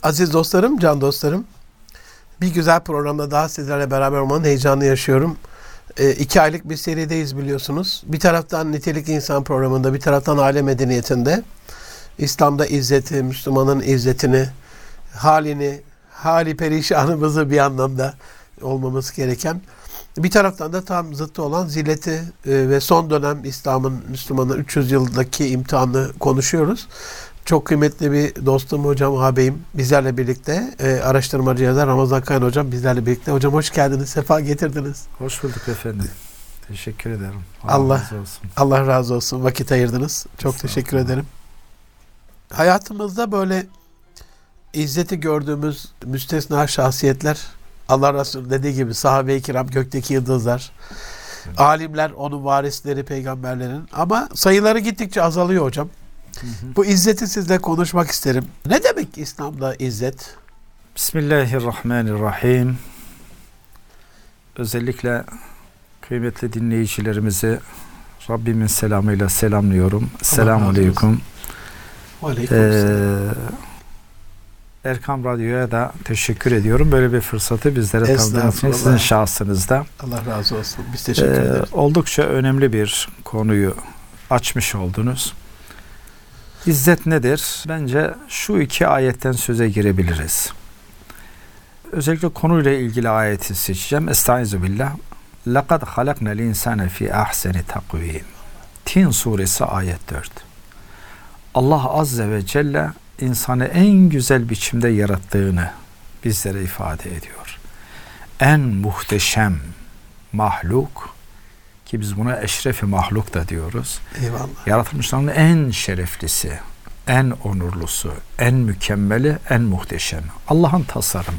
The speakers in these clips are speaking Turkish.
Aziz dostlarım, can dostlarım, bir güzel programda daha sizlerle beraber olmanın heyecanını yaşıyorum. 2 aylık bir serideyiz biliyorsunuz. Bir taraftan Nitelikli İnsan programında, bir taraftan aile medeniyetinde İslam'da izzeti, Müslümanın izzetini, hali perişanımızı bir anlamda olmamız gereken, bir taraftan da tam zıttı olan zilleti ve son dönem İslam'ın, Müslümanın 300 yıldaki imtihanını konuşuyoruz. Çok kıymetli bir dostum, hocam, ağabeyim bizlerle birlikte, araştırmacı yazar Ramazan Kayan hocam bizlerle birlikte. Hocam hoş geldiniz, sefa getirdiniz. Hoş bulduk efendim. Teşekkür ederim. Allah razı olsun. Allah razı olsun. Vakit ayırdınız. Çok teşekkür ederim. Hayatımızda böyle izzeti gördüğümüz müstesna şahsiyetler, Allah Resulü dediği gibi sahabe-i kiram, gökteki yıldızlar, alimler, onun varisleri, peygamberlerin, ama sayıları gittikçe azalıyor hocam. Bu izzeti sizle konuşmak isterim. Ne demek İslam'da izzet? Bismillahirrahmanirrahim. Özellikle kıymetli dinleyicilerimizi Rabbimin selamıyla selamlıyorum. Selamun aleyküm. Erkam Radyo'ya da teşekkür ediyorum. Böyle bir fırsatı bizlere tanıdığınız için sizin şahsınızda. Allah razı olsun. Biz teşekkür ederiz. Oldukça önemli bir konuyu açmış oldunuz. İzzet nedir? Bence şu 2 ayetten söze girebiliriz. Özellikle konuyla ilgili ayeti seçeceğim. Estaizu billah. لَقَدْ خَلَقْنَا الْاِنْسَانَ فِي اَحْسَنِ تَقْوِيمٍ. Tin suresi ayet 4. Allah Azze ve Celle insanı en güzel biçimde yarattığını bizlere ifade ediyor. En muhteşem mahluk, ki biz buna eşrefi mahluk da diyoruz. Eyvallah. Yaratılmışların en şereflisi, en onurlusu, en mükemmeli, en muhteşemi. Allah'ın tasarımı.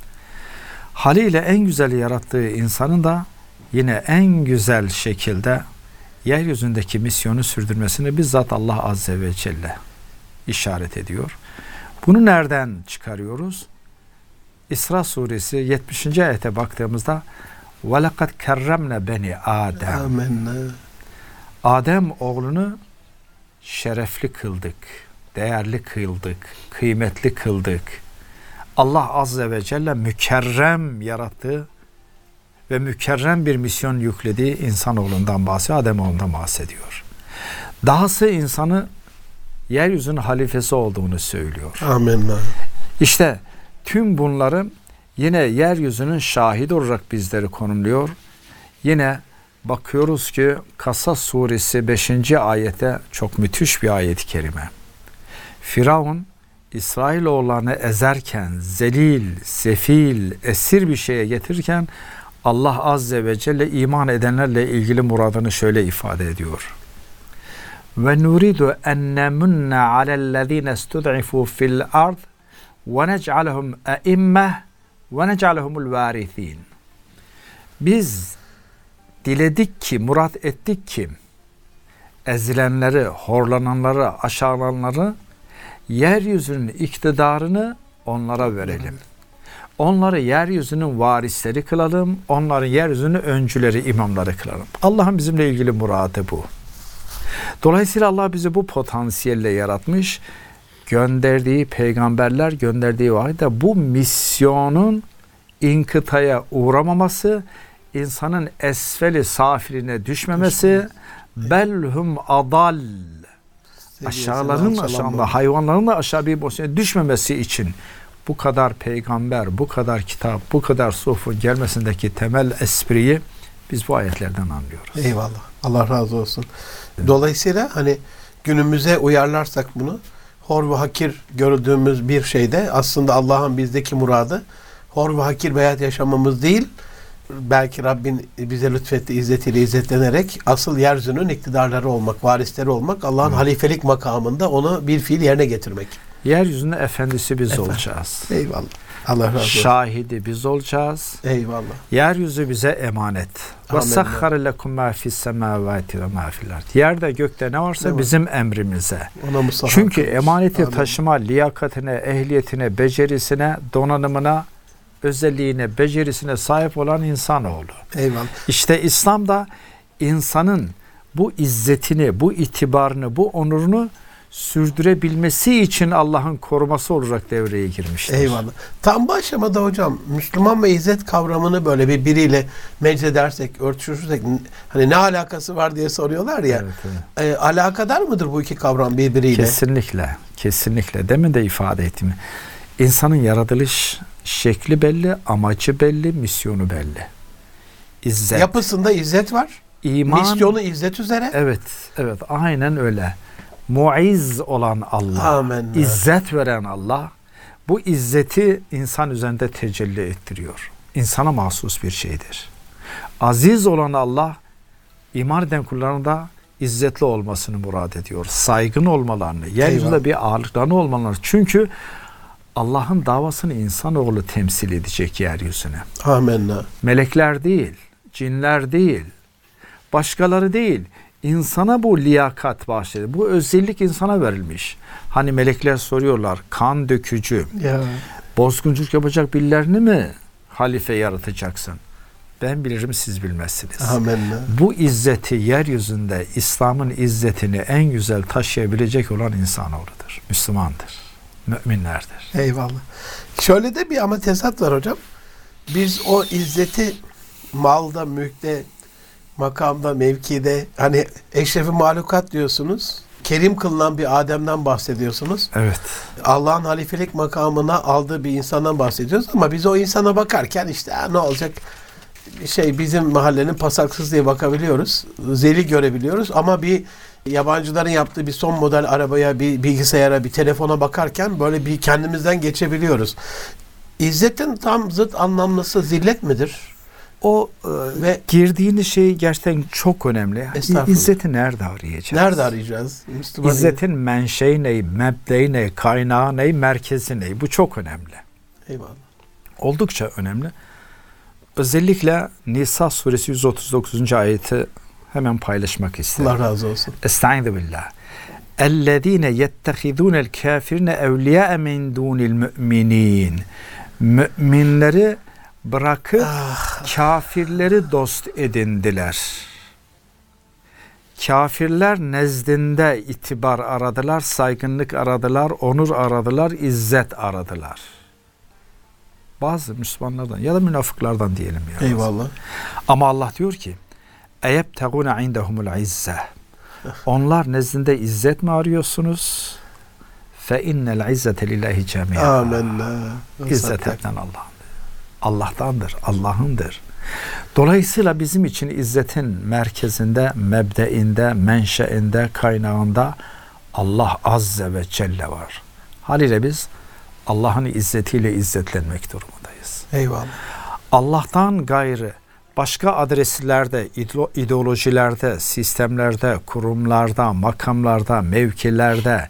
Haliyle en güzel yarattığı insanın da yine en güzel şekilde yeryüzündeki misyonu sürdürmesini bizzat Allah Azze ve Celle işaret ediyor. Bunu nereden çıkarıyoruz? İsra suresi 70. ayete baktığımızda وَلَقَدْ كَرَّمْنَا بَنِي آدَمْ. Adem oğlunu şerefli kıldık, değerli kıldık, kıymetli kıldık. Allah Azze ve Celle mükerrem yarattığı ve mükerrem bir misyon yüklediği insanoğlundan bahsediyor, Ademoğlundan bahsediyor. Dahası insanı yeryüzünün halifesi olduğunu söylüyor. Amenna. İşte tüm bunları yine yeryüzünün şahidi olarak bizleri konumluyor. Yine bakıyoruz ki Kasas suresi 5. ayete, çok müthiş bir ayet-i kerime. Firavun İsrailoğullarını ezerken, zelil, sefil, esir bir şeye getirirken Allah Azze ve Celle iman edenlerle ilgili muradını şöyle ifade ediyor. Ve nuridu en nemunne alellezine istud'ifu fil ard ve nec'alehum e'immeh ve nec'alehumul varithin. Biz diledik ki, murat ettik ki ezilenleri, horlananları, aşağılananları, yeryüzünün iktidarını onlara verelim. Onları yeryüzünün varisleri kılalım. Onların yeryüzünün öncüleri, imamları kılalım. Allah'ın bizimle ilgili muradı bu. Dolayısıyla Allah bizi bu potansiyelle yaratmış. Gönderdiği peygamberler, gönderdiği vahide bu misyonun inkıtaya uğramaması, insanın esfeli safiline düşmemesi, belhum adal, aşağıların aşağında, hayvanların da aşağı bir boşluğa düşmemesi için bu kadar peygamber, bu kadar kitap, bu kadar sufun gelmesindeki temel espriyi biz bu ayetlerden anlıyoruz. Eyvallah. Allah razı olsun. Dolayısıyla hani günümüze uyarlarsak bunu, hor ve hakir gördüğümüz bir şeyde aslında Allah'ın bizdeki muradı hor ve hakir bir hayat yaşamamız değil, belki Rabbin bize lütfetti, izzetiyle izzetlenerek asıl yeryüzünün iktidarları olmak, varisleri olmak, Allah'ın halifelik makamında onu bir fiil yerine getirmek. Yeryüzünün efendisi biz olacağız. Eyvallah. Allah razı olsun. Şahidi biz olacağız. Eyvallah. Yeryüzü bize emanet. Ve sahhara lekum ma fis semavati ve ma fil ard. Yerde gökte ne varsa bizim emrimize. Çünkü emaneti taşıma liyakatine, ehliyetine, becerisine, donanımına, özelliğine, becerisine sahip olan insanoğlu. Eyvallah. İşte İslam'da insanın bu izzetini, bu itibarını, bu onurunu sürdürebilmesi için Allah'ın koruması olarak devreye girmiştir. Eyvallah. Tam bu aşamada hocam Müslüman ve izzet kavramını böyle biriyle meczedersek, örtüşürsek hani ne alakası var diye soruyorlar ya. Evet. Alakadar mıdır bu iki kavram birbiriyle? Kesinlikle. Kesinlikle. Demin de ifade ettim. İnsanın yaratılış şekli belli, amacı belli, misyonu belli. İzzet. Yapısında izzet var. İman. Misyonu izzet üzere. Evet. Evet. Aynen öyle. Muizz olan Allah. Amin. İzzet veren Allah. Bu izzeti insan üzerinde tecelli ettiriyor. İnsana mahsus bir şeydir. Aziz olan Allah iman eden kullarında izzetli olmasını murad ediyor. Saygın olmalarını, yeryüzünde bir ağırlıklarını olmalarını. Çünkü Allah'ın davasını insanoğlu temsil edecek yeryüzüne. Amenna. Melekler değil, cinler değil, başkaları değil. İnsana bu liyakat bahşedildi. Bu özellik insana verilmiş. Hani melekler soruyorlar, kan dökücü, bozgunculuk yapacak birilerini mi halife yaratacaksın? Ben bilirim, siz bilmezsiniz. Amenna. Bu izzeti yeryüzünde, İslam'ın izzetini en güzel taşıyabilecek olan insanoğludur. Müslümandır. Müminlerdir. Eyvallah. Şöyle de bir ama tezat var hocam. Biz o izzeti malda, mülkte, makamda, mevkide, hani eşrefi mahlukat diyorsunuz. Kerim kılınan bir Adem'den bahsediyorsunuz. Evet. Allah'ın halifelik makamına aldığı bir insandan bahsediyoruz ama biz o insana bakarken işte ne olacak? Bizim mahallenin pasaksız diye bakabiliyoruz. Zelil görebiliyoruz ama bir yabancıların yaptığı bir son model arabaya, bir bilgisayara, bir telefona bakarken böyle bir kendimizden geçebiliyoruz. İzzetin tam zıt anlamlısı zillet midir? O ve girdiğiniz şey gerçekten çok önemli. İzzeti nerede arayacağız? Nerede arayacağız? Müslüman İzzetin menşei ne, mebdeyi ne, kaynağı ne, merkezi ne? Bu çok önemli. Eyvallah. Oldukça önemli. Özellikle Nisa suresi 139. ayeti hemen paylaşmak isterim. Allah razı olsun. Estaizu billah. اَلَّذ۪ينَ يَتَّخِذُونَ الْكَافِرِينَ اَوْلِيَاءَ مِنْ دُونِ الْمُؤْمِنِينَ Müminleri bırakıp kafirleri dost edindiler. Kafirler nezdinde itibar aradılar, saygınlık aradılar, onur aradılar, izzet aradılar. Bazı Müslümanlardan ya da münafıklardan diyelim ya. Eyvallah. Ama Allah diyor ki اَيَبْتَغُونَ عِنْدَهُمُ الْعِزَّةِ Onlar nezdinde izzet mi arıyorsunuz? فَاِنَّ الْعِزَّةَ لِلّٰهِ جَمِيعًا Amenna. İzzet hepten Allah'tandır, Allah'ındır. Dolayısıyla bizim için izzetin merkezinde, mebdeinde, menşeinde, kaynağında Allah Azze ve Celle var. Haliyle biz Allah'ın izzetiyle izzetlenmek durumundayız. Eyvallah. Allah'tan gayrı başka adreslerde, ideolojilerde, sistemlerde, kurumlarda, makamlarda, mevkilerde,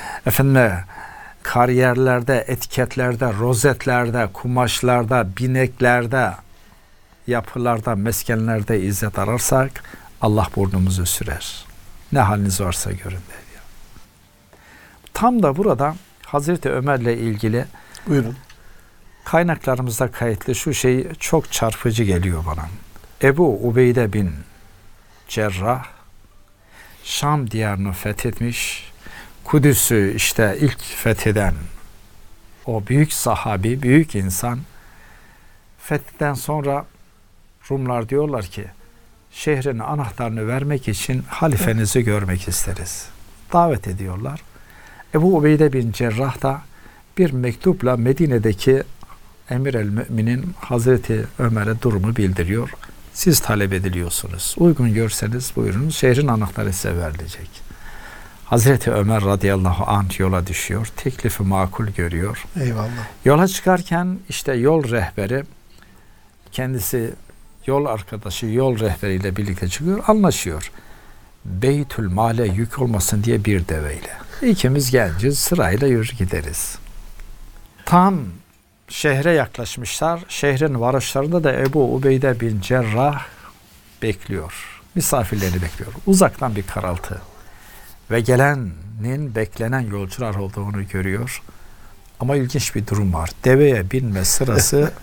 kariyerlerde, etiketlerde, rozetlerde, kumaşlarda, bineklerde, yapılarda, meskenlerde izzet ararsak Allah burnumuzu sürer. Ne haliniz varsa görün diyor. Tam da burada Hazreti Ömer'le ilgili buyurun. Kaynaklarımızda kayıtlı şu şey çok çarpıcı geliyor bana. Ebu Ubeyde bin Cerrah Şam diyarını fethetmiş. Kudüs'ü işte ilk fetheden o büyük sahabi, büyük insan fetheden sonra Rumlar diyorlar ki şehrin anahtarını vermek için halifenizi görmek isteriz. Davet ediyorlar. Ebu Ubeyde bin Cerrah da bir mektupla Medine'deki Emir el-Mü'minin Hazreti Ömer'e durumu bildiriyor. Siz talep ediliyorsunuz. Uygun görseniz buyurun, şehrin anahtarı size verilecek. Hazreti Ömer radıyallahu anh yola düşüyor. Teklifi makul görüyor. Eyvallah. Yola çıkarken işte yol rehberi, kendisi yol arkadaşı, yol rehberiyle birlikte çıkıyor, anlaşıyor. Beytül Mal'e yük olmasın diye bir deveyle. İkimiz genciz, sırayla yürür gideriz. Tam şehre yaklaşmışlar. Şehrin varışlarında da Ebu Ubeyde bin Cerrah bekliyor. Misafirleri bekliyor. Uzaktan bir karaltı. Ve gelenin beklenen yolcular olduğunu görüyor. Ama ilginç bir durum var. Deveye binme sırası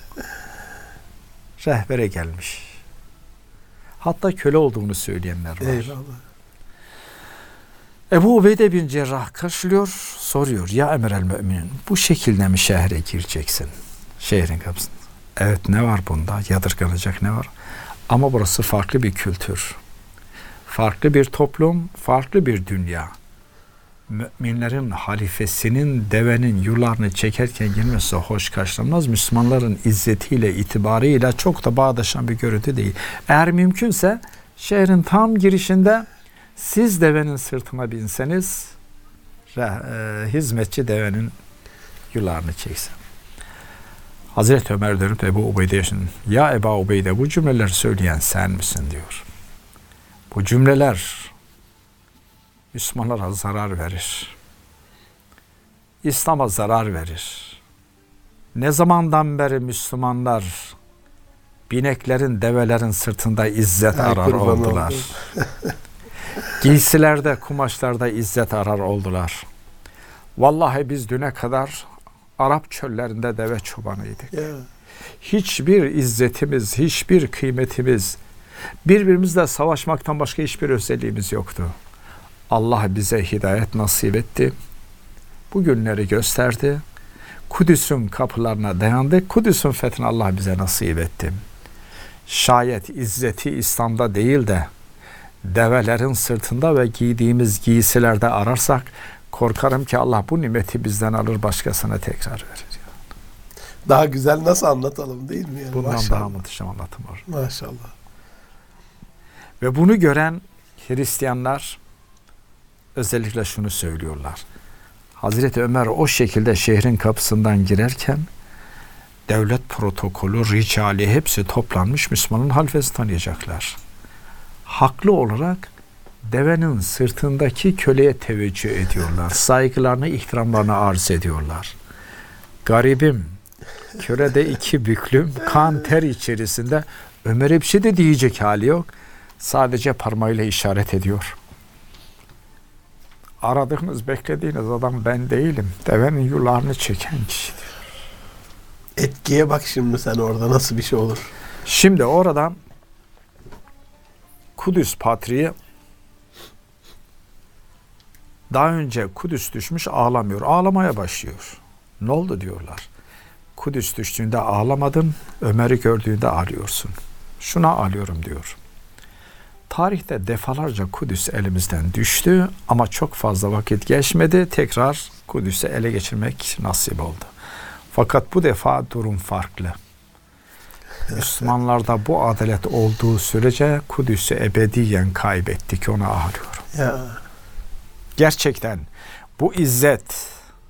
rehbere gelmiş. Hatta köle olduğunu söyleyenler var. Eyvallah. Ebu Ubeyde bin Cerrah karşılıyor, soruyor. Ya Emirel Müminin, bu şekilde mi şehre gireceksin? Şehrin kapısında. Evet, ne var bunda? Yadırganacak ne var? Ama burası farklı bir kültür. Farklı bir toplum, farklı bir dünya. Müminlerin halifesinin devenin yularını çekerken girmesi hoş karşılanmaz. Müslümanların izzetiyle, itibarıyla çok da bağdaşan bir görüntü değil. Eğer mümkünse şehrin tam girişinde siz devenin sırtına binseniz, hizmetçi devenin yularını çeksin. Hazreti Ömer dönüp Ebu Ubeyde'ye, ya Ebu Ubeyde, bu cümleleri söyleyen sen misin diyor. Bu cümleler Müslümanlara zarar verir. İslam'a zarar verir. Ne zamandan beri Müslümanlar bineklerin, develerin sırtında izzet arar oldular. Giysilerde, kumaşlarda izzet arar oldular. Vallahi biz düne kadar Arap çöllerinde deve çobanıydık. Hiçbir izzetimiz, hiçbir kıymetimiz, birbirimizle savaşmaktan başka hiçbir özelliğimiz yoktu. Allah bize hidayet nasip etti. Bu günleri gösterdi. Kudüs'ün kapılarına dayandık. Kudüs'ün fethini Allah bize nasip etti. Şayet izzeti İslam'da değil de develerin sırtında ve giydiğimiz giysilerde ararsak, korkarım ki Allah bu nimeti bizden alır, başkasına tekrar verir. Daha güzel nasıl anlatalım değil mi? Yani? Bundan Maşallah. daha muhteşem anlatım var. Maşallah. Ve bunu gören Hristiyanlar özellikle şunu söylüyorlar. Hazreti Ömer o şekilde şehrin kapısından girerken devlet protokolü, ricali hepsi toplanmış, Müslümanın halifesini tanıyacaklar. Haklı olarak devenin sırtındaki köleye teveccüh ediyorlar. Saygılarını, ihtiramlarını arz ediyorlar. Garibim, kölede iki büklüm, kan ter içerisinde, Ömer'e bir şey de diyecek hali yok. Sadece parmağıyla işaret ediyor. Aradığınız, beklediğiniz adam ben değilim. Devenin yularını çeken kişi diyor. Etkiye bak şimdi sen orada nasıl bir şey olur. Şimdi oradan Kudüs Patriği daha önce Kudüs düşmüş, ağlamıyor. Ağlamaya başlıyor. Ne oldu diyorlar. Kudüs düştüğünde ağlamadın, Ömer'i gördüğünde ağlıyorsun. Şuna ağlıyorum diyor. Tarihte defalarca Kudüs elimizden düştü ama çok fazla vakit geçmedi. Tekrar Kudüs'ü ele geçirmek nasip oldu. Fakat bu defa durum farklı. Müslümanlarda bu adalet olduğu sürece Kudüs'ü ebediyen kaybettik, ona ağlıyorum. Ya. Gerçekten bu izzet,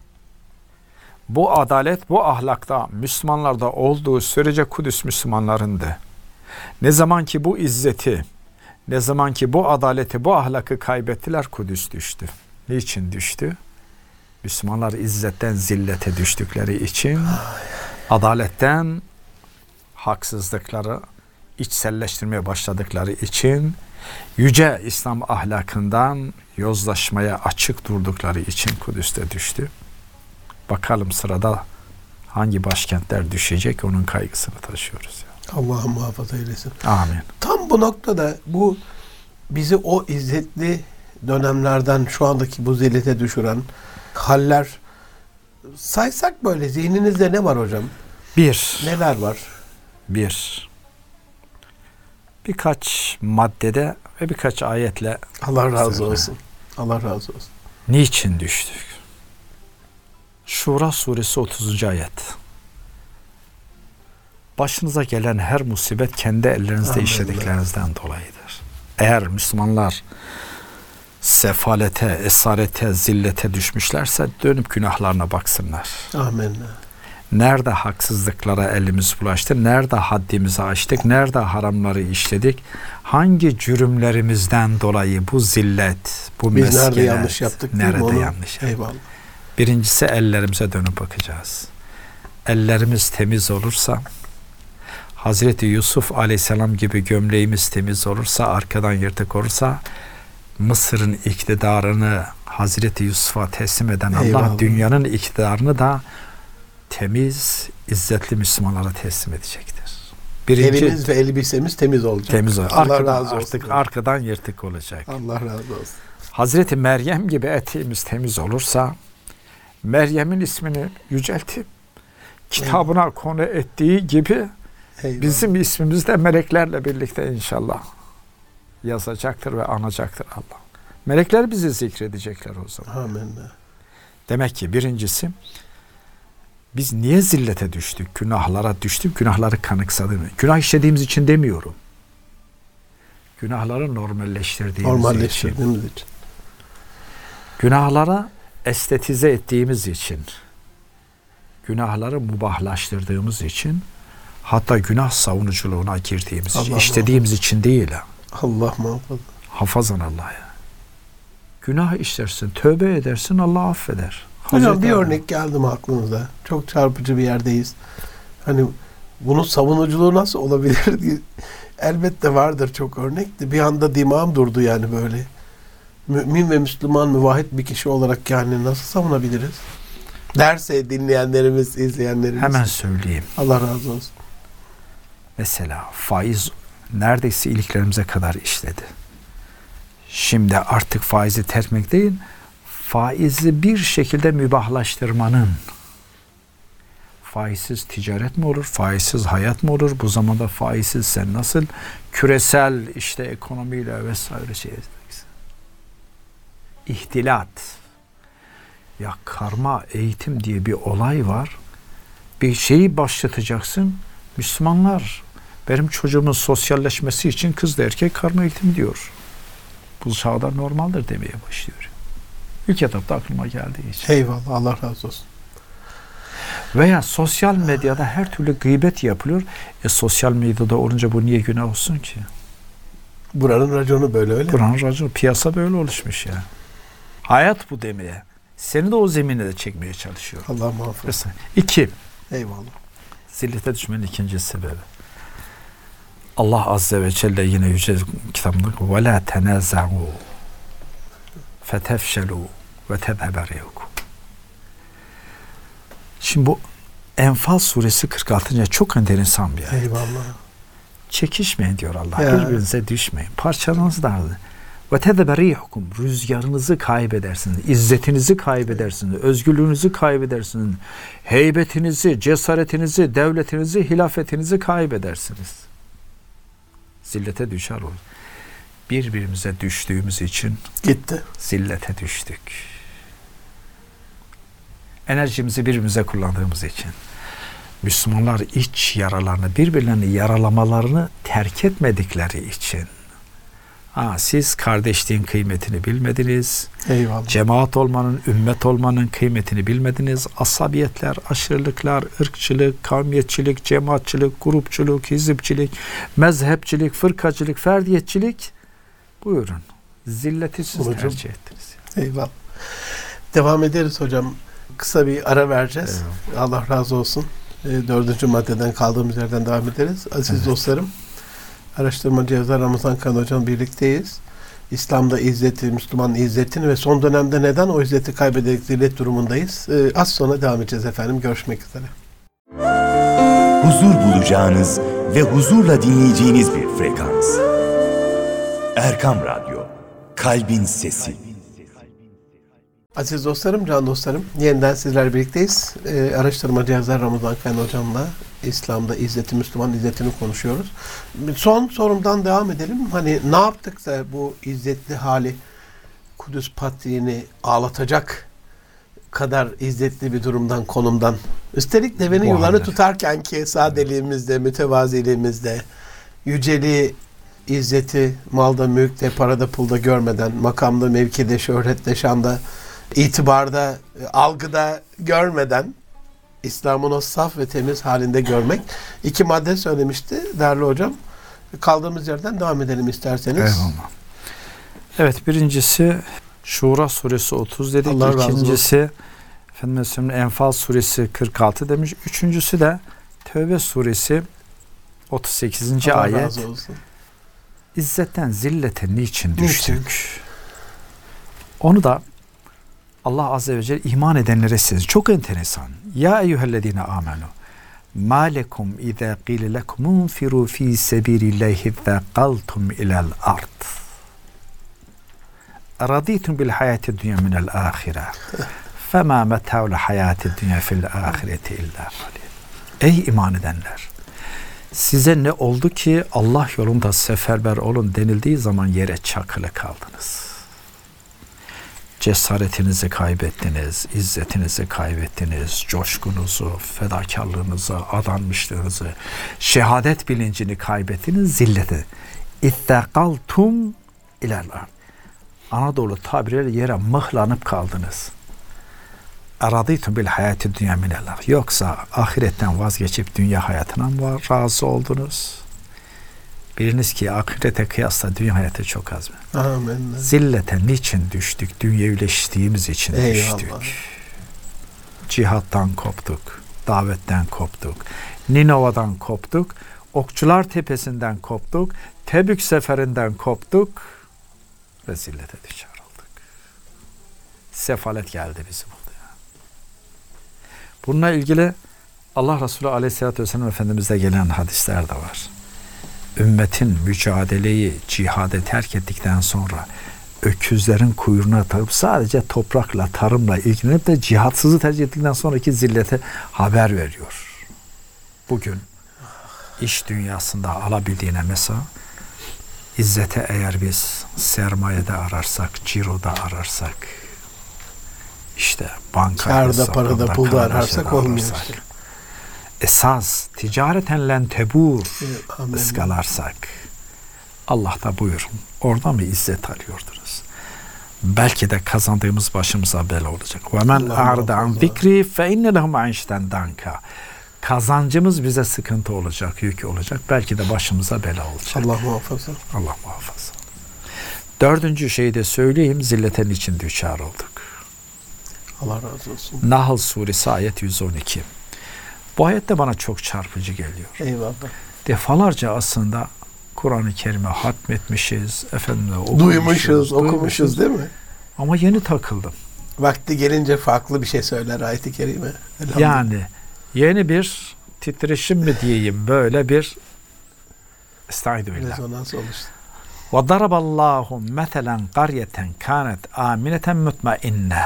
bu adalet, bu ahlakta Müslümanlarda olduğu sürece Kudüs Müslümanlarındı. Ne zaman ki bu izzeti, ne zaman ki bu adaleti, bu ahlakı kaybettiler, Kudüs düştü. Niçin düştü? Müslümanlar izzetten zillete düştükleri için, adaletten haksızlıkları içselleştirmeye başladıkları için, yüce İslam ahlakından yozlaşmaya açık durdukları için Kudüs'te düştü. Bakalım sırada hangi başkentler düşecek, onun kaygısını taşıyoruz. Allah muhafaza eylesin. Amin. Tam bu noktada bu bizi o izzetli dönemlerden şu andaki bu zillete düşüren haller saysak böyle zihninizde ne var hocam? Neler var? Birkaç maddede ve birkaç ayetle Allah razı olsun. Allah razı olsun. Niçin düştük? Şura suresi 30. ayet. Başınıza gelen her musibet kendi ellerinizde işlediklerinizden dolayıdır. Eğer Müslümanlar sefalete, esarete, zillete düşmüşlerse dönüp günahlarına baksınlar. Amin. Nerede haksızlıklara elimiz bulaştı, nerede haddimizi aştık, nerede haramları işledik, hangi cürümlerimizden dolayı bu zillet, bu biz meskenet, nerede yanlış yaptık, nerede yanlış yaptık? Eyvallah. Birincisi ellerimize dönüp bakacağız. Ellerimiz temiz olursa, Hazreti Yusuf Aleyhisselam gibi gömleğimiz temiz olursa, arkadan yırtık olursa, Mısır'ın iktidarını Hazreti Yusuf'a teslim eden Allah, dünyanın iktidarını da temiz, izzetli Müslümanlara teslim edecektir. Elimiz ve elbisemiz temiz olacak. Temiz olacak. Allah razı olsun. Artık arkadan yırtık olacak. Allah razı olsun. Hazreti Meryem gibi etiğimiz temiz olursa, Meryem'in ismini yüceltip kitabına konu ettiği gibi bizim ismimiz de meleklerle birlikte inşallah yazacaktır ve anacaktır Allah. Melekler bizi zikredecekler o zaman. Amin. Demek ki birincisi, biz niye zillete düştük? Günahlara düştük, günahları kanıksadık. Günah işlediğimiz için demiyorum. Günahları normalleştirdiğimiz için. Günahlara estetize ettiğimiz için. Günahları mubahlaştırdığımız için. Hatta günah savunuculuğuna girdiğimiz için. İşlediğimiz için değil. Allah muhafaza. Hafazan Allah ya. Günah işlersin, tövbe edersin, Allah affeder. Hocam bir örnek geldi mi aklınıza? Çok çarpıcı bir yerdeyiz. Hani bunun savunuculuğu nasıl olabilir diye. Elbette vardır çok örnek de bir anda dimağım durdu yani böyle. Mümin ve Müslüman müvahhid bir kişi olarak yani nasıl savunabiliriz? Derse dinleyenlerimiz, izleyenlerimiz. Hemen söyleyeyim. Allah razı olsun. Mesela faiz neredeyse iliklerimize kadar işledi. Şimdi artık faizi terk etmek değil, faizi bir şekilde mübahlaştırmanın, faizsiz ticaret mi olur, faizsiz hayat mı olur, bu zamanda faizsiz sen nasıl küresel işte ekonomiyle vesaire şey edeceksin. İhtilat. Ya karma eğitim diye bir olay var. Bir şeyi başlatacaksın. Müslümanlar, benim çocuğumun sosyalleşmesi için kızla erkek karma eğitim diyor. Bu çağda normaldir demeye başlıyor. İlk etapta aklıma geldiği için. Eyvallah, Allah razı olsun. Veya sosyal medyada her türlü gıybet yapılıyor. Sosyal medyada olunca bu niye günah olsun ki? Buranın raconu böyle öyle. Buranın raconu, piyasa böyle oluşmuş ya. Hayat bu demeye. Seni de o zemine de çekmeye çalışıyor. Allah muhafaza. 2. Eyvallah. Zillete düşmenin ikinci sebebi. Allah Azze ve Celle yine yüce kitabında وَلَا تَنَازَعُوا فَتَفْشَلُوا وَتَذْهَبَ رِيحُكُمْ. Şimdi bu Enfal suresi 46. çok enteresan bir ayet. Eyvallah. Çekişmeyin diyor Allah. Ya. Birbirinize düşmeyin. Parçalarınız dağılır. وَتَذَبَ رِيحُكُمْ. Rüzgarınızı kaybedersiniz. İzzetinizi kaybedersiniz. Özgürlüğünüzü kaybedersiniz. Heybetinizi, cesaretinizi, devletinizi, hilafetinizi kaybedersiniz. Zillete düşer olur. Birbirimize düştüğümüz için gitti. Zillete düştük. Enerjimizi birbirimize kullandığımız için. Müslümanlar iç yaralarını, birbirlerini yaralamalarını terk etmedikleri için. Siz kardeşliğin kıymetini bilmediniz. Eyvallah. Cemaat olmanın, ümmet olmanın kıymetini bilmediniz. Asabiyetler, aşırılıklar, ırkçılık, kavmiyetçilik, cemaatçılık, grupçuluk, hizipçilik, mezhepçilik, fırkacılık, ferdiyetçilik. Buyurun. Zilleti siz tercih ettiniz. Eyvallah. Devam ederiz hocam. Kısa bir ara vereceğiz. Eyvallah. Allah razı olsun. 4. maddeden kaldığımız yerden devam ederiz. Aziz dostlarım, araştırmacı yazar Ramazan Kan Hocam birlikteyiz. İslam'da izzeti, Müslüman izzetini ve son dönemde neden o izzeti kaybederek zillet durumundayız. Az sonra devam edeceğiz efendim. Görüşmek üzere. Huzur bulacağınız ve huzurla dinleyeceğiniz bir frekans. Erkam Radyo, Kalbin Sesi. Aziz dostlarım, can dostlarım, yeniden sizlerle birlikteyiz. Araştırmacı yazar Ramazan Kan Hocam'la İslam'da izzeti, Müslüman izzetini konuşuyoruz. Son sorumdan devam edelim. Hani ne yaptık da bu izzetli hali Kudüs Patriğini ağlatacak kadar izzetli bir durumdan, konumdan. Üstelik devenin yollarını tutarken ki sadeliğimizde, mütevaziliğimizde, yüceliği, izzeti, malda, mülkte, parada, pulda görmeden, makamda, mevkide, şöhrette, şanda, itibarda, algıda görmeden İslam'ın o saf ve temiz halinde görmek. 2 madde söylemişti değerli hocam. Kaldığımız yerden devam edelim isterseniz. Eyvallah. Evet, birincisi Şura suresi 30 dedik. İkincisi efendim Enfal suresi 46 demiş. Üçüncüsü de Tevbe suresi 38. Allah ayet. razı olsun. İzzetten zillete niçin düştük? Onu da Allah Azze ve Celle iman edenlere siz. Çok enteresan. Ya eyyühellezine amenu ma lekum izâ qîle lekum unfirû fî sebîlillâhi zâqaltum ilel ard. Radîtum bil hayâti dünya minel âhire. Femâ metâul hayâti dünya fil âhireti illâ qalîl. Ey iman edenler! Size ne oldu ki Allah yolunda seferber olun denildiği zaman yere çakılı kaldınız. Cesaretinizi kaybettiniz, izzetinizi kaybettiniz, coşkunuzu, fedakarlığınızı, adanmışlığınızı, şehadet bilincini kaybettiniz, zilleti. İttekaltum ilal ard. Anadolu tabiriyle yere mıhlanıp kaldınız. Eradîtum bil hayâti dünya minel âhire. Yoksa ahiretten vazgeçip dünya hayatına mı razı oldunuz? Biliniz ki ahirete kıyasla dünya hayatı çok az. Amin. Zillete niçin düştük? Dünyevileştiğimiz için düştük. Cihattan koptuk. Davetten koptuk. Ninova'dan koptuk. Okçular Tepesi'nden koptuk. Tebük seferinden koptuk. Ve zillete düşer olduk. Sefalet geldi bizi buldu. Bununla ilgili Allah Resulü Aleyhisselatü Vesselam Efendimiz'de gelen hadisler de var. Ümmetin mücadeleyi, cihadı terk ettikten sonra öküzlerin kuyruğuna takıp sadece toprakla, tarımla ilgilenip de cihatsızı tercih ettikten sonraki zillete haber veriyor. Bugün iş dünyasında alabildiğine mesela izzete eğer biz sermayede ararsak, ciroda ararsak, işte bankada, parada, pulda ararsak olmuyor işte. Esas ticareten len tebur ıskalarsak Allah da buyurun orada mı izzet arıyordunuz? Belki de kazandığımız başımıza bela olacak. Ve men a'rada an zikri fe inne lehu ma'işten danka. Kazancımız bize sıkıntı olacak, yük olacak. Belki de başımıza bela olacak. Allah muhafaza. Allah muhafaza. Dördüncü şeyi de söyleyeyim. Zilletin için düşar olduk. Allah razı olsun. Nahl suresi ayet 112. Bu ayet de bana çok çarpıcı geliyor. Eyvallah. Defalarca aslında Kur'an-ı Kerim'e hatmetmişiz, duymuşuz, okumuşuz değil mi? Ama yeni takıldım. Vakti gelince farklı bir şey söyler ayet-i kerime. Yani yeni bir titreşim mi diyeyim, böyle bir estağfirullah. Rezonans oluştu. Ve daraballahu meselen qaryeten kanet amineten mutmainne.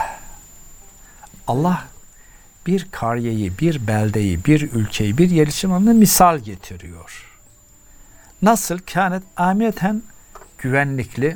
Allah bir kariyeyi, bir beldeyi, bir ülkeyi, bir yerleşim alanını misal getiriyor. Nasıl? Kânet âmiyeten güvenlikli,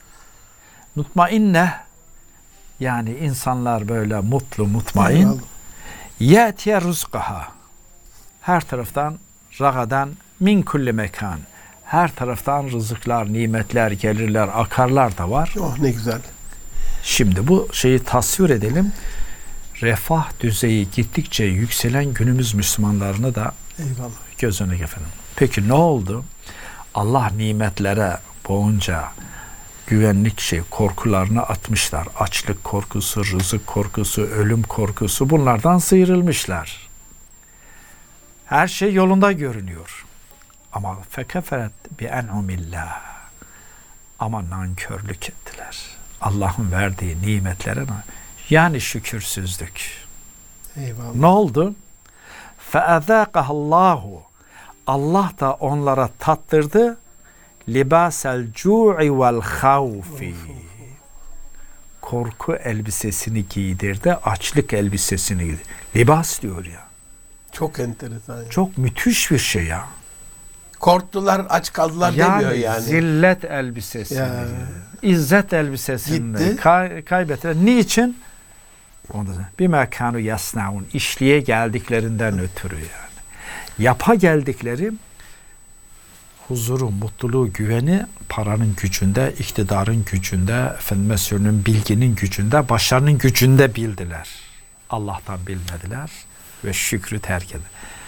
mutmainne, yani insanlar böyle mutlu, mutmain. Yâtiye rızkaha, her taraftan ragadan min kulli mekan, her taraftan rızıklar, nimetler, gelirler, akarlar da var. Oh ne güzel. Şimdi bu şeyi tasvir edelim. Refah düzeyi gittikçe yükselen günümüz Müslümanlarını da göz önüne getirelim. Peki ne oldu? Allah nimetlere boğunca güvenlik korkularını atmışlar. Açlık korkusu, rızık korkusu, ölüm korkusu, bunlardan sıyrılmışlar. Her şey yolunda görünüyor. Ama fekeferet bi en'umillah. Ama nankörlük ettiler. Allah'ın verdiği nimetlere yani şükürsüzlük. Eyvallah. Ne oldu? فَاَذَاقَهَا Allah da onlara tattırdı libasel cu'i vel havfi. Korku elbisesini giydirdi, açlık elbisesini giydirdi. Libas diyor ya. Çok enteresan. Yani. Çok müthiş bir şey ya. Korktular, aç kaldılar demiyor yani. Zillet elbisesini, izzet elbisesini kaybettiler. Niçin? Bir mekanu yasnaun, işliğe geldiklerinden ötürü yani. Yapa geldikleri huzuru, mutluluğu, güveni paranın gücünde, iktidarın gücünde, efendim bilginin gücünde, başarının gücünde bildiler. Allah'tan bilmediler ve şükrü terk ettiler.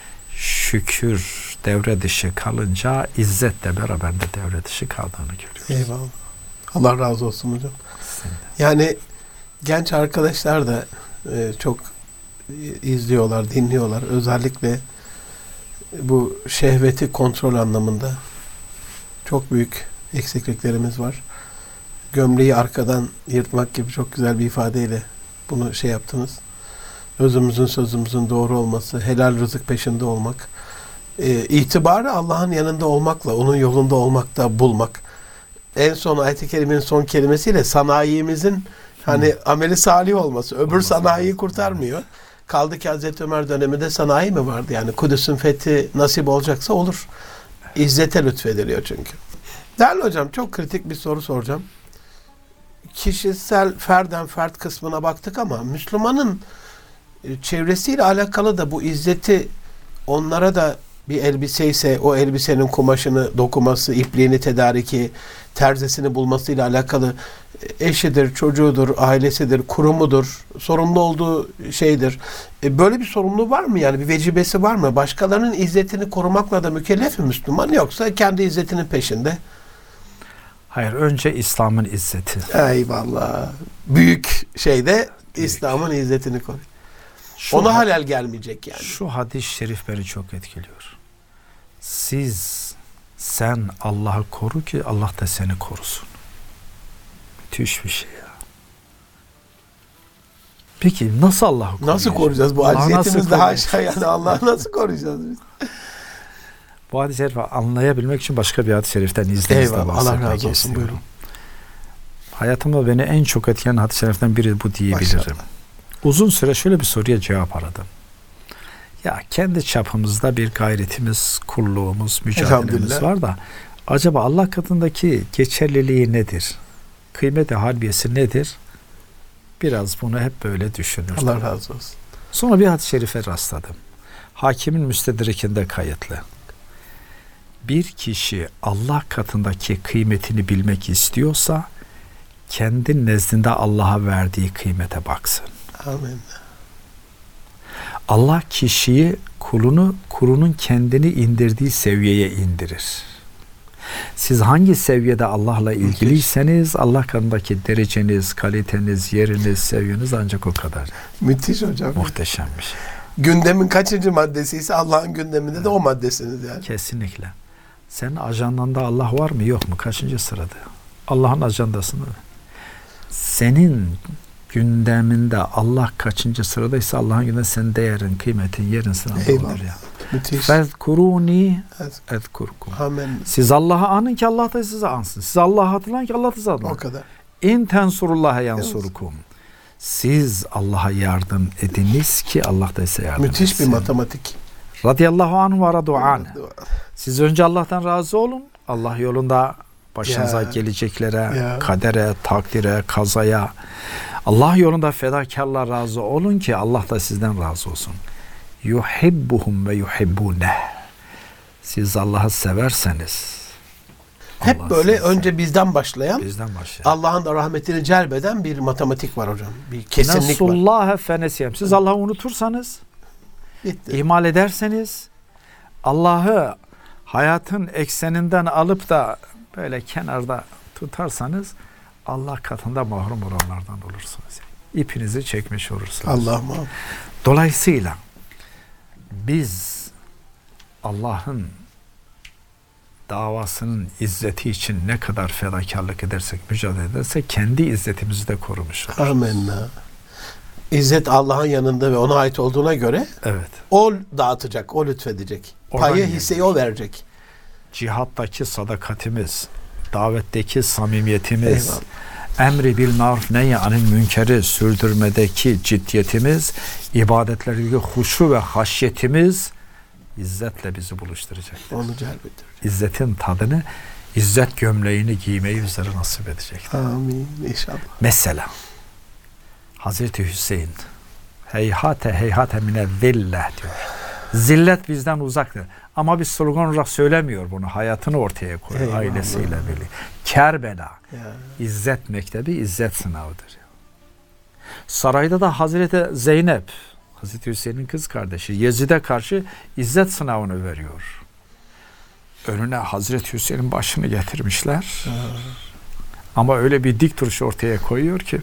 Şükür devre dışı kalınca izzet de beraberinde devre dışı kaldığını görüyoruz. Eyvallah. Allah razı olsun hocam. Yani genç arkadaşlar da çok izliyorlar, dinliyorlar. Özellikle bu şehveti kontrol anlamında çok büyük eksikliklerimiz var. Gömleği arkadan yırtmak gibi çok güzel bir ifadeyle bunu yaptınız. Özümüzün, sözümüzün doğru olması, helal rızık peşinde olmak, itibarı Allah'ın yanında olmakla, onun yolunda olmakta bulmak. en son ayet-i kerimenin son kelimesiyle sanayimizin hani ameli salih olması. Öbür sanayiyi kurtarmıyor. Kaldı ki Hazreti Ömer döneminde sanayi mi vardı? Yani Kudüs'ün fethi nasip olacaksa olur. İzzete lütfediliyor çünkü. Değerli hocam, çok kritik bir soru soracağım. Kişisel fert kısmına baktık ama Müslümanın çevresiyle alakalı da bu izzeti, onlara da bir elbise ise o elbisenin kumaşını dokuması, ipliğini tedariki, terzisini bulmasıyla alakalı eşidir, çocuğudur, ailesidir, kurumudur, sorumlu olduğu şeydir. Böyle bir sorumluluğu var mı yani? Bir vecibesi var mı? Başkalarının izzetini korumakla da mükellef mi Müslüman, yoksa kendi izzetinin peşinde? Hayır, önce İslam'ın izzeti. Eyvallah. Büyük şeyde İslam'ın izzetini koruyor. Ona halal gelmeyecek yani. Şu hadis-i şerif beni çok etkiliyor. Sen Allah'ı koru ki Allah da seni korusun. Müthiş bir şey ya. Peki nasıl Allah'ı koruyacağız? Nasıl koruyacağız? Bu acziyetimiz daha aşağı yani. Allah'ı nasıl koruyacağız biz? Bu hadis-i şerifi anlayabilmek için başka bir hadis-i şeriften izninizle bahsetmek Allah razı olsun. istiyorum. Buyurun. Hayatımda beni en çok etkileyen hadis-i şeriften biri bu diyebilirim. Maşallah. Uzun süre şöyle bir soruya cevap aradım. Ya kendi çapımızda bir gayretimiz, kulluğumuz, mücadelemiz var da acaba Allah katındaki geçerliliği nedir? Kıymeti harbiyesi nedir? Biraz bunu hep böyle düşünürdüm. Allah razı olsun. Sonra bir hadis-i şerife rastladım. Hakimin Müstedrek'inde kayıtlı. Bir kişi Allah katındaki kıymetini bilmek istiyorsa kendi nezdinde Allah'a verdiği kıymete baksın. Amin. Allah kişiyi, kulunun kendini indirdiği seviyeye indirir. Siz hangi seviyede Allah'la ilgiliyseniz Allah katındaki dereceniz, kaliteniz, yeriniz, seviyeniz ancak o kadar. Müthiş hocam. Muhteşem bir şey. Gündemin kaçıncı maddesi ise Allah'ın gündeminde de o maddesiniz yani. Kesinlikle. Senin ajandanda Allah var mı yok mu? Kaçıncı sırada? Allah'ın ajandasında. Senin gündeminde Allah kaçıncı sıradaysa Allah'ın gündeminde senin değerin, kıymetin, yerin sırada olur ya. Müthiş. Fezkuruni ezkurkum. Amin. Siz Allah'ı anın ki Allah da sizi ansın. Siz Allah'ı hatırlayın ki Allah da sizi hatırlayın. O kadar. İn tensurullaha yansurukum. Siz Allah'a yardım ediniz ki Allah da size yardım etsin. Müthiş bir matematik. Radiyallahu anhu ve radu'an. Siz önce Allah'tan razı olun. Allah yolunda başınıza geleceklere, kadere, takdire, kazaya, Allah yolunda fedakarlığa razı olun ki Allah da sizden razı olsun. Yuhibbuhum ve yuhibbuneh. Siz Allah'ı severseniz, hep Allah böyle önce bizden başlayan, Allah'ın da rahmetini celbeden bir matematik var hocam. Bir kesinlik var. Nesullâhe fenesiyem. Siz Allah'ı unutursanız, bitti. ihmal ederseniz, Allah'ı hayatın ekseninden alıp da böyle kenarda tutarsanız Allah katında mahrum olanlardan olursunuz. İpinizi çekmiş olursunuz. Allah'ım. Dolayısıyla biz Allah'ın davasının izzeti için ne kadar fedakarlık edersek, mücadele edersek kendi izzetimizi de korumuş oluruz. Amenna. İzzet Allah'ın yanında ve ona ait olduğuna göre evet. O dağıtacak, o lütfedecek. Payı, hisseyi o verecek. Cihattaki sadakatimiz, davetteki samimiyetimiz, emri bil maruf nehy anil münkeri sürdürmedeki ciddiyetimiz, ibadetlerdeki huşu ve haşyetimiz izzetle bizi buluşturacak. Onu celbediyor. İzzetin tadını, izzet gömleğini giymeyi bizlere nasip edecek. Amin inşallah. Mesela Hazreti Hüseyin heyhate heyhate mine zillet diyor. Zillet bizden uzaktır. Ama bir slogan olarak söylemiyor bunu. Hayatını ortaya koyuyor ailesiyle birlikte. Kerbela. İzzet mektebi, izzet sınavıdır. Sarayda da Hazreti Zeynep, Hazreti Hüseyin'in kız kardeşi, Yezid'e karşı izzet sınavını veriyor. Önüne Hazreti Hüseyin'in başını getirmişler. Ama öyle bir dik duruş ortaya koyuyor ki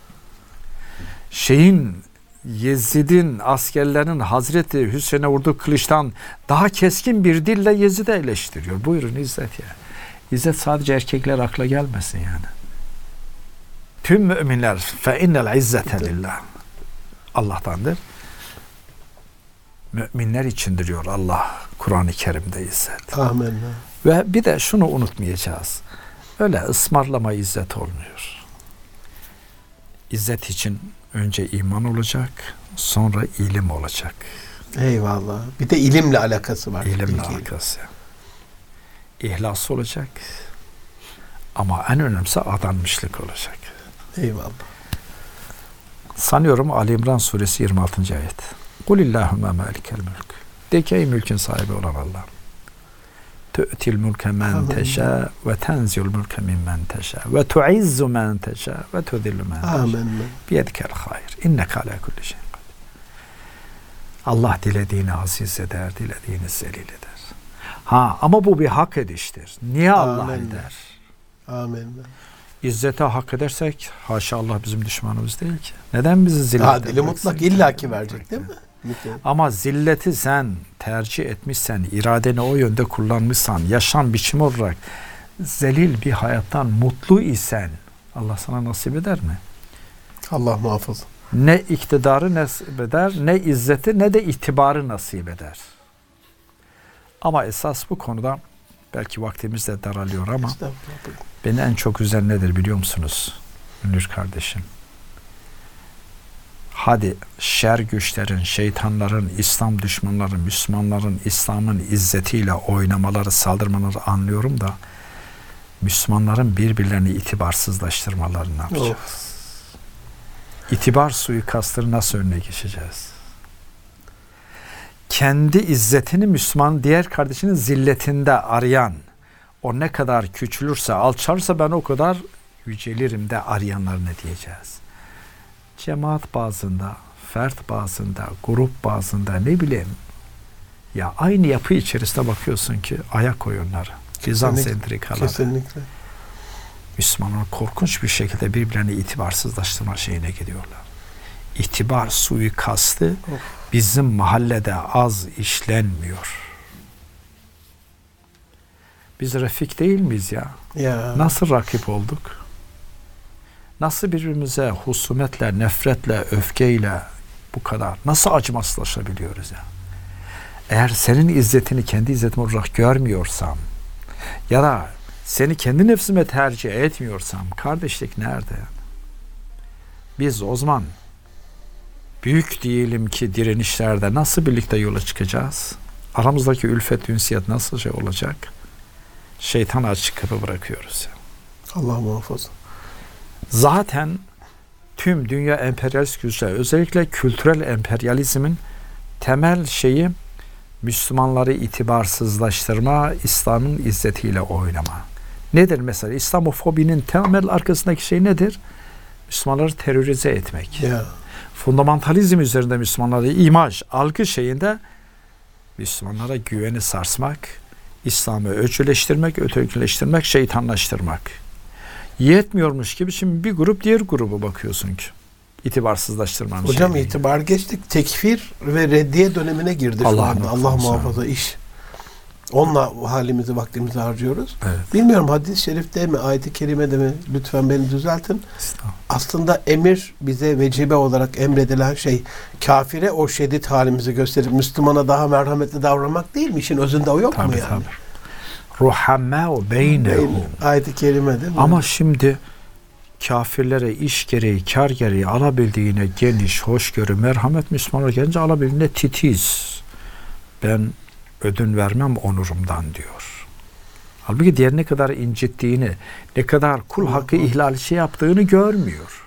Yezid'in askerlerinin Hazreti Hüseyin'e vurduğu kılıçtan daha keskin bir dille Yezid'i eleştiriyor. Buyurun İzzet ya. İzzet sadece erkekler akla gelmesin yani. Tüm müminler fe innel izzete lillah. Allah'tandır. Müminler için diyor Allah Kur'an-ı Kerim'de izzet. Amin. Ve bir de şunu unutmayacağız. Öyle ısmarlama izzet olmuyor. İzzet için önce iman olacak, sonra ilim olacak. Eyvallah. Bir de ilimle alakası var. İlimle alakası. İhlas olacak. Ama en önemlisi adanmışlık olacak. Eyvallah. Sanıyorum Ali İmran suresi 26. ayet. Kulillahümme malikel mülk. De ki ey mülkün sahibi olan Allah. Tu'til mülke men teşâ ve tenzil mülke mimmen teşâ ve tu'izzu men teşâ ve tudillu men teşâ. Amin. Biyedikel hayr. İnneke alâ kulli şeyin kadir. Allah dilediğini aziz eder, dilediğini zelil eder. Ama bu bir hak ediştir. Niye Allah Amin. eder? Amin. İzzete hak edersek haşa Allah bizim düşmanımız değil ki. Neden bizi zillete Adili mutlak illaki verecek değil mi? Ama zilleti sen tercih etmişsen, iradeni o yönde kullanmışsan, yaşam biçimi olarak zelil bir hayattan mutlu isen Allah sana nasip eder mi? Allah muhafaza. Ne iktidarı nasip eder, ne izzeti, ne de itibarı nasip eder. Ama esas bu konuda belki vaktimiz de daralıyor ama beni en çok üzen nedir biliyor musunuz Münir kardeşim? Hadi şer güçlerin, şeytanların, İslam düşmanları, Müslümanların İslam'ın izzetiyle oynamaları, saldırmaları anlıyorum da Müslümanların birbirlerini itibarsızlaştırmalarını ne yapacağız? İtibar suikastları nasıl önüne geçeceğiz? Kendi izzetini Müslüman diğer kardeşinin zilletinde arayan, o ne kadar küçülürse, alçalırsa ben o kadar yücelirim de arayanlar ne diyeceğiz? Cemaat bazında, fert bazında, grup bazında ne bileyim ya aynı yapı içerisinde bakıyorsun ki ayak oyunları, Bizans entrikaları. Kesinlikle. Müslümanlar korkunç bir şekilde birbirlerini itibarsızlaştırma şeyine gidiyorlar. İtibar suikastı bizim mahallede az işlenmiyor. Biz refik değil miyiz ya? Nasıl rakip olduk? Nasıl birbirimize husumetle, nefretle, öfkeyle bu kadar nasıl acımasızlaşabiliyoruz ya? Eğer senin izzetini kendi izzetim olarak görmüyorsam ya da seni kendi nefsime tercih etmiyorsam kardeşlik nerede? Biz o zaman büyük diyelim ki direnişlerde nasıl birlikte yola çıkacağız? Aramızdaki ülfet, ünsiyet nasıl şey olacak? Şeytana açık kapı bırakıyoruz. Allah muhafaza. Zaten tüm dünya emperyalist güçler, özellikle kültürel emperyalizmin temel şeyi Müslümanları itibarsızlaştırma, İslam'ın izzetiyle oynama. Nedir mesela? İslamofobinin temel arkasındaki şey nedir? Müslümanları terörize etmek. Fundamentalizm üzerinde Müslümanları imaj, algı şeyinde Müslümanlara güveni sarsmak, İslam'ı öcüleştirmek, ötekileştirmek, şeytanlaştırmak. Yetmiyormuş gibi şimdi bir grup diğer grubu bakıyorsun ki. İtibarsızlaştırmanın hocam itibar geçtik. Tekfir ve reddiye dönemine girdi şu anda. Allah muhafaza iş. Onunla halimizi, vaktimizi harcıyoruz. Evet. Bilmiyorum hadis-i şerifte mi, ayet-i kerimede mi? Lütfen beni düzeltin. Aslında emir bize vecibe olarak emredilen şey kafire o şiddet halimizi gösterip Müslümana daha merhametli davranmak değil mi? İşin özünde o yok mu yani? Tabii. Ruhammâ'u beynehum. Ayet-i kerime değil mi? Ama şimdi kafirlere iş gereği, kar gereği alabildiğine geniş, hoşgörü, merhamet, Müslümanlar gelince alabildiğine titiz. Ben ödün vermem onurumdan diyor. Halbuki diğer ne kadar incittiğini, ne kadar kul hakkı ihlali yaptığını görmüyor.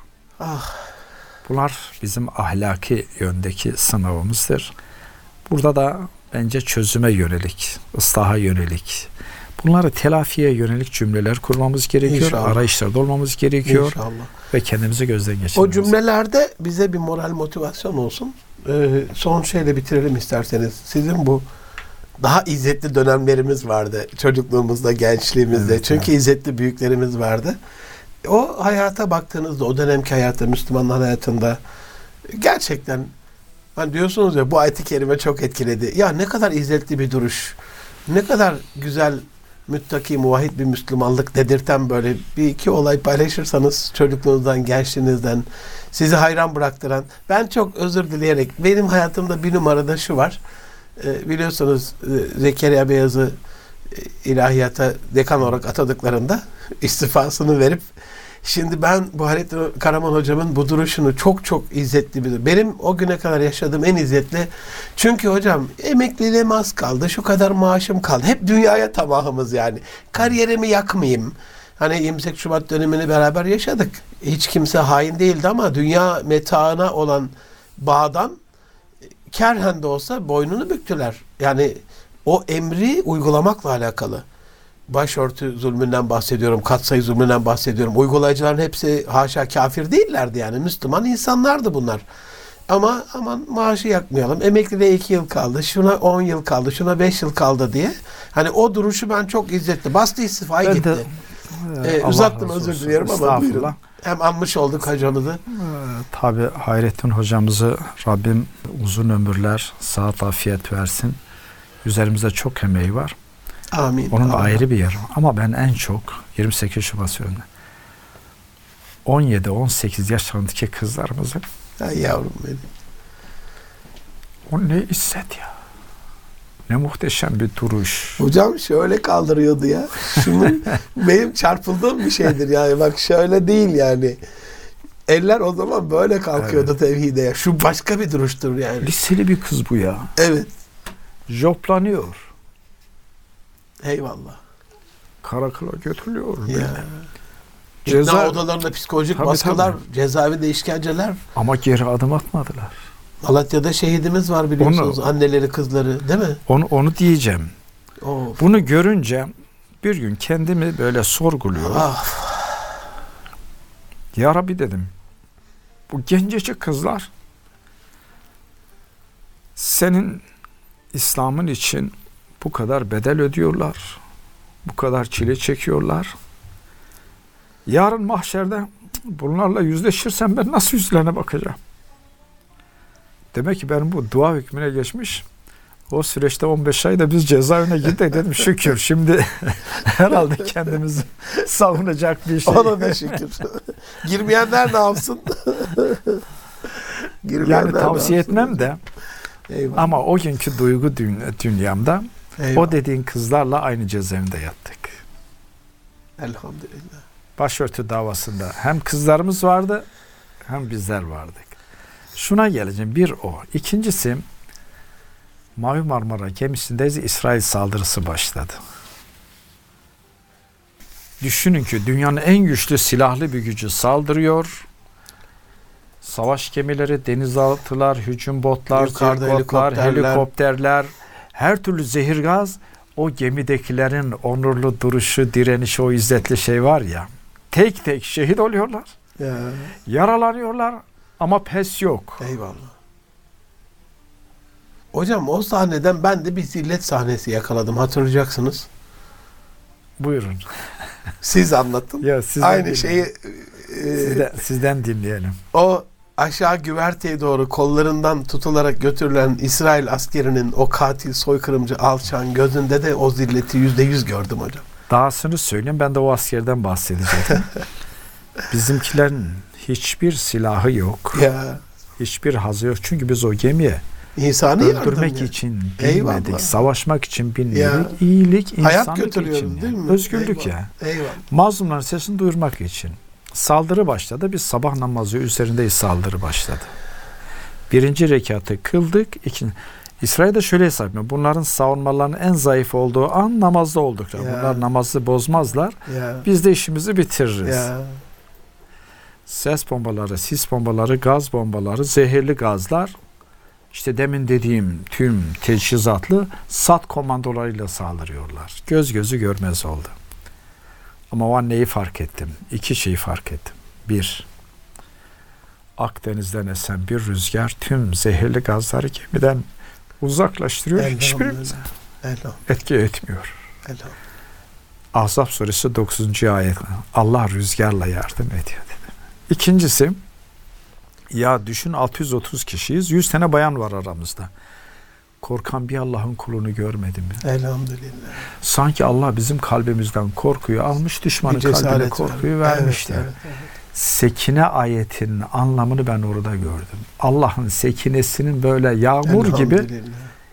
Bunlar bizim ahlaki yöndeki sınavımızdır. Burada da bence çözüme yönelik, ıslaha yönelik, bunları telafiye yönelik cümleler kurmamız gerekiyor. İnşallah. Arayışlarda olmamız gerekiyor. İnşallah. Ve kendimizi gözden geçirmemiz. O cümlelerde bize bir moral motivasyon olsun. Son şeyle bitirelim isterseniz. Sizin bu daha izzetli dönemlerimiz vardı. Çocukluğumuzda, gençliğimizde. Evet, çünkü izzetli büyüklerimiz vardı. O hayata baktığınızda, o dönemki hayata, Müslümanlar hayatında gerçekten hani diyorsunuz ya bu ayet-i kerime çok etkiledi. Ya ne kadar izzetli bir duruş. Ne kadar güzel, müttaki, muvahhid bir Müslümanlık dedirten böyle bir iki olay paylaşırsanız çocukluğunuzdan, gençliğinizden sizi hayran bıraktıran. Ben çok özür dileyerek benim hayatımda bir numarada şu var. Biliyorsunuz Zekeriya Beyazı ilahiyata dekan olarak atadıklarında istifasını verip şimdi ben Buharettin Karaman hocamın bu duruşunu çok çok izzetli bir. Benim o güne kadar yaşadığım en izzetli. Çünkü hocam emekliliğim az kaldı. Şu kadar maaşım kaldı. Hep dünyaya tamahımız yani. Kariyerimi yakmayayım. Hani 28 Şubat dönemini beraber yaşadık. Hiç kimse hain değildi ama dünya metaına olan bağdan kerhen de olsa boynunu büktüler. Yani o emri uygulamakla alakalı. Başörtü zulmünden bahsediyorum, katsayı zulmünden bahsediyorum. Uygulayıcıların hepsi haşa kafir değillerdi yani. Müslüman insanlardı bunlar. Ama aman maaşı yakmayalım. Emekliliğe 2 yıl kaldı, şuna 10 yıl kaldı, şuna 5 yıl kaldı diye. Hani o duruşu ben çok izzetli. Bastı istifayı gitti. Uzattım, özür diliyorum ama buyurun. Hem anmış olduk hocamızı. Tabii Hayrettin hocamızı Rabbim uzun ömürler, sıhhat, afiyet versin. Üzerimizde çok emeği var. Amin. Onun da ayrı bir yeri. Ama ben en çok 28 Şubat söylüyorum. 17-18 yaşlarındaki kızlarımızın Ay yavrum benim. o ne izzet ya. Ne muhteşem bir duruş. Hocam şöyle kaldırıyordu ya. Şunun benim çarpıldığım bir şeydir yani. Bak şöyle değil yani. Eller o zaman böyle kalkıyordu tevhide ya. Şu başka bir duruştur yani. Liseli bir kız bu ya. Evet. Joplanıyor. Eyvallah. Karakola götürülüyor. Ya. Ceza İkna odalarında psikolojik baskılar, cezaevinde işkenceler. Ama geri adım atmadılar. Malatya'da şehidimiz var biliyorsunuz. Anneleri, kızları değil mi? Onu diyeceğim. Of. Bunu görünce bir gün kendimi böyle sorguluyorum. Ah. Ya Rabbi dedim. Bu gencecik kızlar senin İslam'ın için bu kadar bedel ödüyorlar. Bu kadar çile çekiyorlar. Yarın mahşerde bunlarla yüzleşirsem ben nasıl yüzlerine bakacağım? Demek ki benim bu dua hükmüne geçmiş. O süreçte 15 ayda biz cezaevine gittik dedim. Şükür şimdi herhalde kendimizi savunacak bir şey. Ona da şükür. Girmeyenler ne yapsın? Yani tavsiye etmem de. Eyvallah. Ama o günkü duygu dünyamda Eyvallah. o dediğin kızlarla aynı cezaevinde yattık. Elhamdülillah. Başörtü davasında hem kızlarımız vardı hem bizler vardık. Şuna geleceğim. Bir o. İkincisi Mavi Marmara gemisindeyiz. İsrail saldırısı başladı. Düşünün ki dünyanın en güçlü silahlı bir gücü saldırıyor. Savaş gemileri, denizaltılar, hücum botlar, botlar, helikopterler, her türlü zehir gaz, o gemidekilerin onurlu duruşu, direnişi, o izzetli şey var ya, tek tek şehit oluyorlar, Ya. yaralanıyorlar ama pes yok. Eyvallah. Hocam o sahneden ben de bir zillet sahnesi yakaladım, hatırlayacaksınız. Buyurun. Siz anlatın. Ya aynı şeyi sizden dinleyelim. o aşağı güverteye doğru kollarından tutularak götürülen İsrail askerinin o katil, soykırımcı, alçağın gözünde de o zilleti %100 gördüm hocam. Dahasını söyleyeyim, ben de o askerden bahsedecektim. Bizimkilerin hiçbir silahı yok. Ya. Hiçbir hazı yok. Çünkü biz o gemiye İnsani öldürmek için binmedik. Eyvallah. Savaşmak için binmedik. Ya. İyilik, Hayat insanlık götürüyoruz için. değil Yani. mi? Özgürlük Eyvallah. ya. Eyvallah. Mazlumların sesini duyurmak için. Saldırı başladı. Biz sabah namazı üzerindeyiz, saldırı başladı. 1. rekatı kıldık. İsrail'de şöyle hesap ediyor. Bunların savunmalarının en zayıf olduğu an namazda oldukça. Ya. Bunlar namazı bozmazlar. Ya. Biz de işimizi bitiririz. Ya. Ses bombaları, sis bombaları, gaz bombaları, zehirli gazlar, işte demin dediğim tüm teçhizatlı SAT komandolarıyla saldırıyorlar. Göz gözü görmez oldu. Ama o an neyi fark ettim? 2 şeyi fark ettim. 1. Akdeniz'den esen bir rüzgar tüm zehirli gazları gemiden uzaklaştırıyor. Hiçbirimize etki etmiyor. Elhamdülillah. Ahzab suresi 9. ayet. Allah rüzgarla yardım ediyor dedi. İkincisi, ya düşün 630 kişiyiz. 100 tane bayan var aramızda. Korkan bir Allah'ın kulunu görmedim mi? Elhamdülillah. Sanki Allah bizim kalbimizden korkuyu almış, düşmanın kalbine korkuyu vermişti. Evet, evet. Sekine ayetinin anlamını ben orada gördüm. Allah'ın sekinesinin böyle yağmur gibi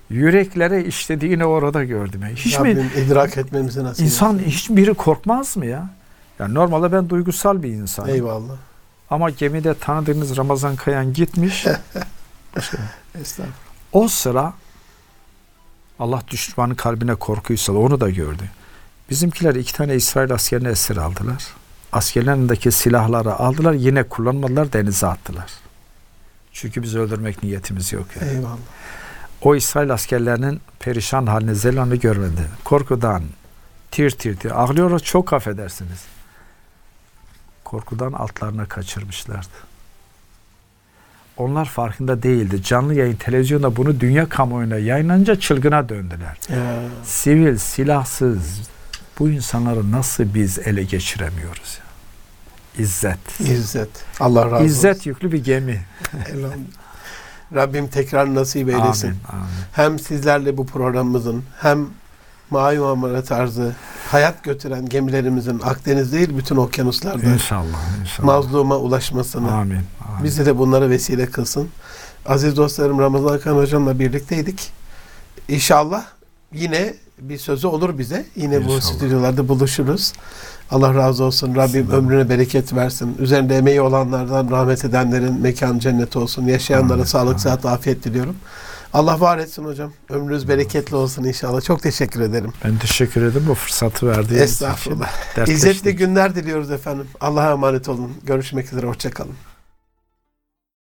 yüreklere işlediğini orada gördüm. Hiç mi Rabbim idrak etmemizi nasip insan etsin. hiçbiri korkmaz mı ya? Yani normalde ben duygusal bir insanım. Eyvallah. Ama gemide tanıdığınız Ramazan Kayan gitmiş. Estağfurullah. O sıra Allah düşmanın kalbine korkuyu saldı. Onu da gördü. Bizimkiler 2 tane İsrail askerini esir aldılar. Askerlerindeki silahları aldılar. Yine kullanmadılar. Denize attılar. Çünkü biz öldürmek niyetimiz yok. Yani. Eyvallah. O İsrail askerlerinin perişan halini Zelan'ı görmedi. Korkudan tir tir ağlıyor. Çok affedersiniz. Korkudan altlarına kaçırmışlardı. Onlar farkında değildi. Canlı yayın televizyonda bunu dünya kamuoyuna yayınlanınca çılgına döndüler. Ya. Sivil, silahsız bu insanları nasıl biz ele geçiremiyoruz? İzzet. İzzet. Allah razı olsun. İzzet yüklü bir gemi. Elhamdülillah. Rabbim tekrar nasip eylesin. Amin, amin. Hem sizlerle bu programımızın hem Mavi Marmara tarzı hayat götüren gemilerimizin Akdeniz değil bütün okyanuslarda İnşallah. mazluma ulaşmasını Amin. bizi de bunlara vesile kılsın. Aziz dostlarım, Ramazan Kan hocamla birlikteydik. İnşallah yine bir sözü olur bize. Yine bu İnşallah. stüdyolarda buluşuruz. Allah razı olsun. Rabbim Selam. ömrüne bereket versin. Üzerinde emeği olanlardan rahmet edenlerin mekanı cennet olsun. Yaşayanlara Amin. sağlık, Amin. sıhhat, afiyet diliyorum. Allah var etsin hocam. Ömrünüz bereketli olsun inşallah. Çok teşekkür ederim. Ben teşekkür ederim bu fırsatı verdiğiniz için. Estağfurullah. Dertleştik. İzzetli günler diliyoruz efendim. Allah'a emanet olun. Görüşmek üzere. Hoşça kalın.